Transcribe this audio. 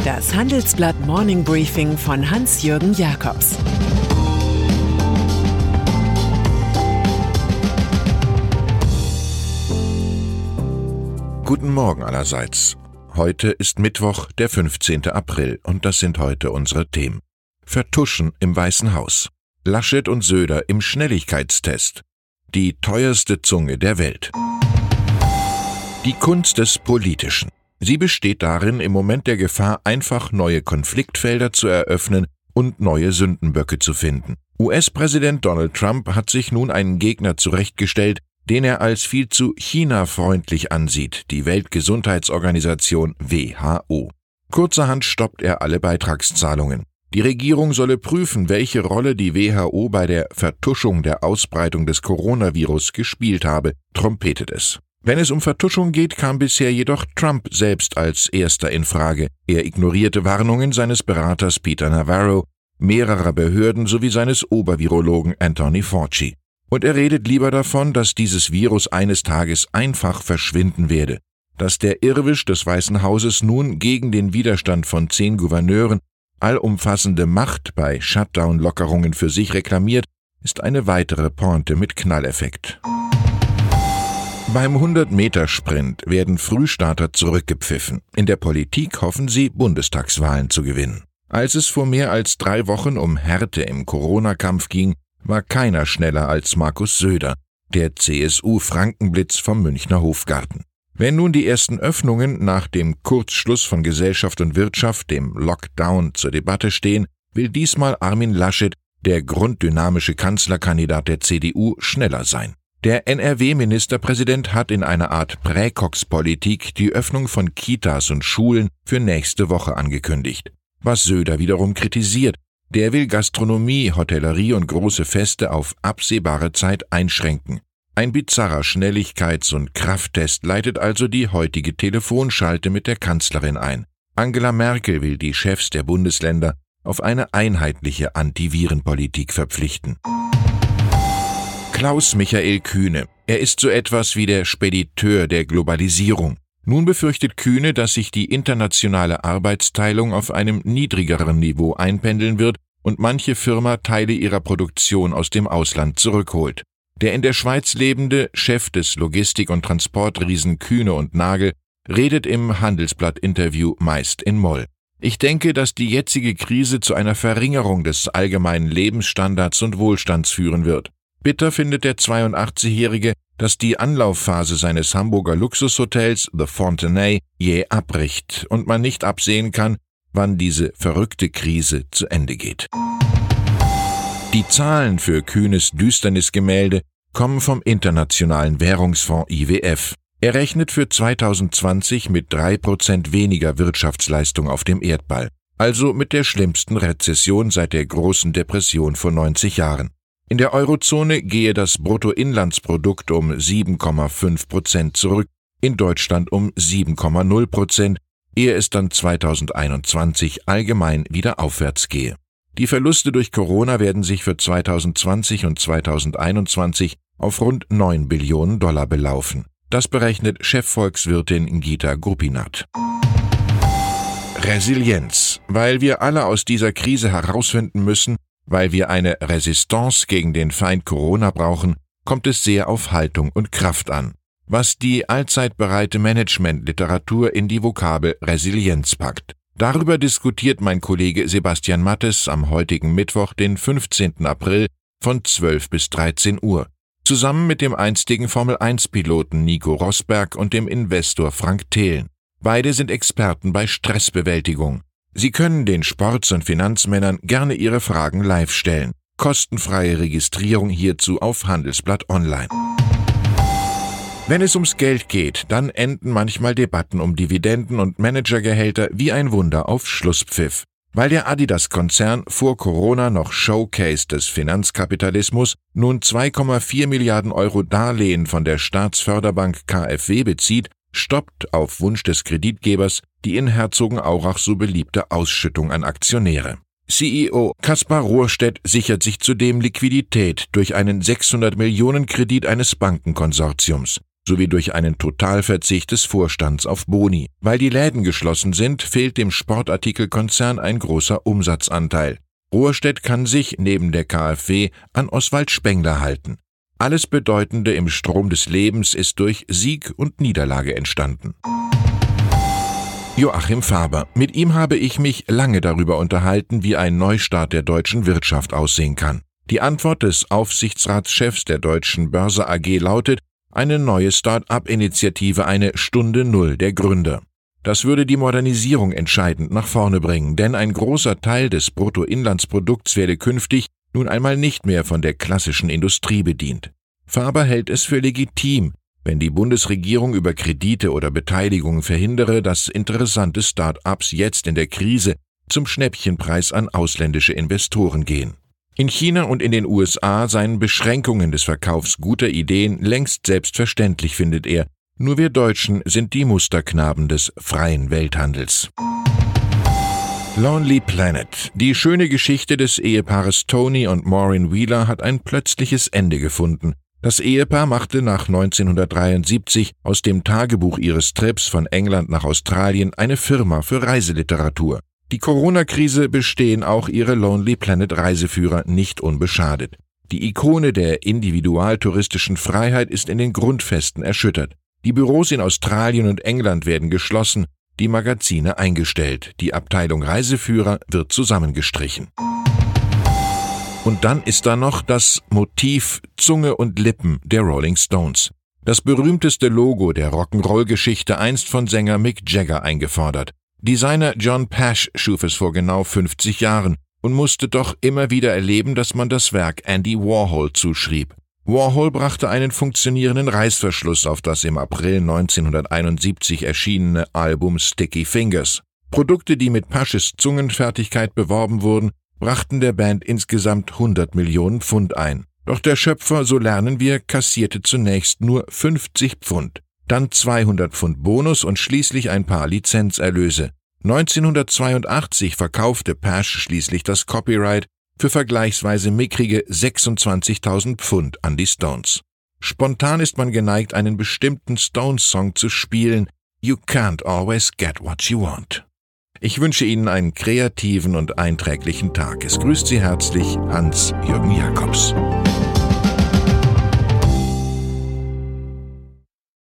Das Handelsblatt Morning Briefing von Hans-Jürgen Jakobs. Guten Morgen allerseits. Heute ist Mittwoch, der 15. April, und das sind heute unsere Themen. Vertuschen im Weißen Haus. Laschet und Söder im Schnelligkeitstest. Die teuerste Zunge der Welt. Die Kunst des Politischen. Sie besteht darin, im Moment der Gefahr einfach neue Konfliktfelder zu eröffnen und neue Sündenböcke zu finden. US-Präsident Donald Trump hat sich nun einen Gegner zurechtgestellt, den er als viel zu China-freundlich ansieht, die Weltgesundheitsorganisation WHO. Kurzerhand stoppt er alle Beitragszahlungen. Die Regierung solle prüfen, welche Rolle die WHO bei der Vertuschung der Ausbreitung des Coronavirus gespielt habe, trompetet es. Wenn es um Vertuschung geht, kam bisher jedoch Trump selbst als erster in Frage. Er ignorierte Warnungen seines Beraters Peter Navarro, mehrerer Behörden sowie seines Obervirologen Anthony Fauci. Und er redet lieber davon, dass dieses Virus eines Tages einfach verschwinden werde. Dass der Irrwisch des Weißen Hauses nun gegen den Widerstand von 10 Gouverneuren allumfassende Macht bei Shutdown-Lockerungen für sich reklamiert, ist eine weitere Pointe mit Knalleffekt. Beim 100-Meter-Sprint werden Frühstarter zurückgepfiffen. In der Politik hoffen sie, Bundestagswahlen zu gewinnen. Als es vor mehr als 3 Wochen um Härte im Corona-Kampf ging, war keiner schneller als Markus Söder, der CSU-Frankenblitz vom Münchner Hofgarten. Wenn nun die ersten Öffnungen nach dem Kurzschluss von Gesellschaft und Wirtschaft, dem Lockdown, zur Debatte stehen, will diesmal Armin Laschet, der grunddynamische Kanzlerkandidat der CDU, schneller sein. Der NRW-Ministerpräsident hat in einer Art Präcox-Politik die Öffnung von Kitas und Schulen für nächste Woche angekündigt. Was Söder wiederum kritisiert: Der will Gastronomie, Hotellerie und große Feste auf absehbare Zeit einschränken. Ein bizarrer Schnelligkeits- und Krafttest leitet also die heutige Telefonschalte mit der Kanzlerin ein. Angela Merkel will die Chefs der Bundesländer auf eine einheitliche Antivirenpolitik verpflichten. Klaus-Michael Kühne. Er ist so etwas wie der Spediteur der Globalisierung. Nun befürchtet Kühne, dass sich die internationale Arbeitsteilung auf einem niedrigeren Niveau einpendeln wird und manche Firma Teile ihrer Produktion aus dem Ausland zurückholt. Der in der Schweiz lebende Chef des Logistik- und Transportriesen Kühne und Nagel redet im Handelsblatt-Interview meist in Moll. Ich denke, dass die jetzige Krise zu einer Verringerung des allgemeinen Lebensstandards und Wohlstands führen wird. Bitter findet der 82-Jährige, dass die Anlaufphase seines Hamburger Luxushotels The Fontenay jäh abbricht und man nicht absehen kann, wann diese verrückte Krise zu Ende geht. Die Zahlen für Kühnes Düsternisgemälde kommen vom Internationalen Währungsfonds IWF. Er rechnet für 2020 mit 3% weniger Wirtschaftsleistung auf dem Erdball, also mit der schlimmsten Rezession seit der großen Depression vor 90 Jahren. In der Eurozone gehe das Bruttoinlandsprodukt um 7,5% zurück, in Deutschland um 7,0%, ehe es dann 2021 allgemein wieder aufwärts gehe. Die Verluste durch Corona werden sich für 2020 und 2021 auf rund 9 Billionen Dollar belaufen. Das berechnet Chefvolkswirtin Gita Gopinath. Resilienz. Weil wir alle aus dieser Krise herausfinden müssen, weil wir eine Resistance gegen den Feind Corona brauchen, kommt es sehr auf Haltung und Kraft an, was die allzeit bereite Managementliteratur in die Vokabel Resilienz packt. Darüber diskutiert mein Kollege Sebastian Mattes am heutigen Mittwoch, den 15. April von 12 bis 13 Uhr, zusammen mit dem einstigen Formel-1-Piloten Nico Rosberg und dem Investor Frank Thelen. Beide sind Experten bei Stressbewältigung. Sie können den Sports- und Finanzmännern gerne Ihre Fragen live stellen. Kostenfreie Registrierung hierzu auf Handelsblatt Online. Wenn es ums Geld geht, dann enden manchmal Debatten um Dividenden und Managergehälter wie ein Wunder auf Schlusspfiff. Weil der Adidas-Konzern vor Corona noch Showcase des Finanzkapitalismus nun 2,4 Milliarden Euro Darlehen von der Staatsförderbank KfW bezieht, stoppt auf Wunsch des Kreditgebers die in Herzogenaurach so beliebte Ausschüttung an Aktionäre. CEO Kaspar Rohrstedt sichert sich zudem Liquidität durch einen 600-Millionen-Kredit eines Bankenkonsortiums. sowie durch einen Totalverzicht des Vorstands auf Boni. Weil die Läden geschlossen sind, fehlt dem Sportartikelkonzern ein großer Umsatzanteil. Ruhrstedt kann sich neben der KfW an Oswald Spengler halten. Alles Bedeutende im Strom des Lebens ist durch Sieg und Niederlage entstanden. Joachim Faber. Mit ihm habe ich mich lange darüber unterhalten, wie ein Neustart der deutschen Wirtschaft aussehen kann. Die Antwort des Aufsichtsratschefs der Deutschen Börse AG lautet: eine neue Start-up-Initiative, eine Stunde Null der Gründer. Das würde die Modernisierung entscheidend nach vorne bringen, denn ein großer Teil des Bruttoinlandsprodukts werde künftig nun einmal nicht mehr von der klassischen Industrie bedient. Faber hält es für legitim, wenn die Bundesregierung über Kredite oder Beteiligungen verhindere, dass interessante Start-ups jetzt in der Krise zum Schnäppchenpreis an ausländische Investoren gehen. In China und in den USA seien Beschränkungen des Verkaufs guter Ideen längst selbstverständlich, findet er. Nur wir Deutschen sind die Musterknaben des freien Welthandels. Lonely Planet. Die schöne Geschichte des Ehepaares Tony und Maureen Wheeler hat ein plötzliches Ende gefunden. Das Ehepaar machte nach 1973 aus dem Tagebuch ihres Trips von England nach Australien eine Firma für Reiseliteratur. Die Corona-Krise bestehen auch ihre Lonely Planet Reiseführer nicht unbeschadet. Die Ikone der individualtouristischen Freiheit ist in den Grundfesten erschüttert. Die Büros in Australien und England werden geschlossen, die Magazine eingestellt, die Abteilung Reiseführer wird zusammengestrichen. Und dann ist da noch das Motiv Zunge und Lippen der Rolling Stones. Das berühmteste Logo der Rock'n'Roll-Geschichte, einst von Sänger Mick Jagger eingefordert. Designer John Pash schuf es vor genau 50 Jahren und musste doch immer wieder erleben, dass man das Werk Andy Warhol zuschrieb. Warhol brachte einen funktionierenden Reißverschluss auf das im April 1971 erschienene Album Sticky Fingers. Produkte, die mit Pashes Zungenfertigkeit beworben wurden, brachten der Band insgesamt 100 Millionen Pfund ein. Doch der Schöpfer, so lernen wir, kassierte zunächst nur 50 Pfund, dann 200 Pfund Bonus und schließlich ein paar Lizenzerlöse. 1982 verkaufte Pash schließlich das Copyright für vergleichsweise mickrige 26.000 Pfund an die Stones. Spontan ist man geneigt, einen bestimmten Stones-Song zu spielen. You can't always get what you want. Ich wünsche Ihnen einen kreativen und einträglichen Tag. Es grüßt Sie herzlich Hans-Jürgen Jakobs.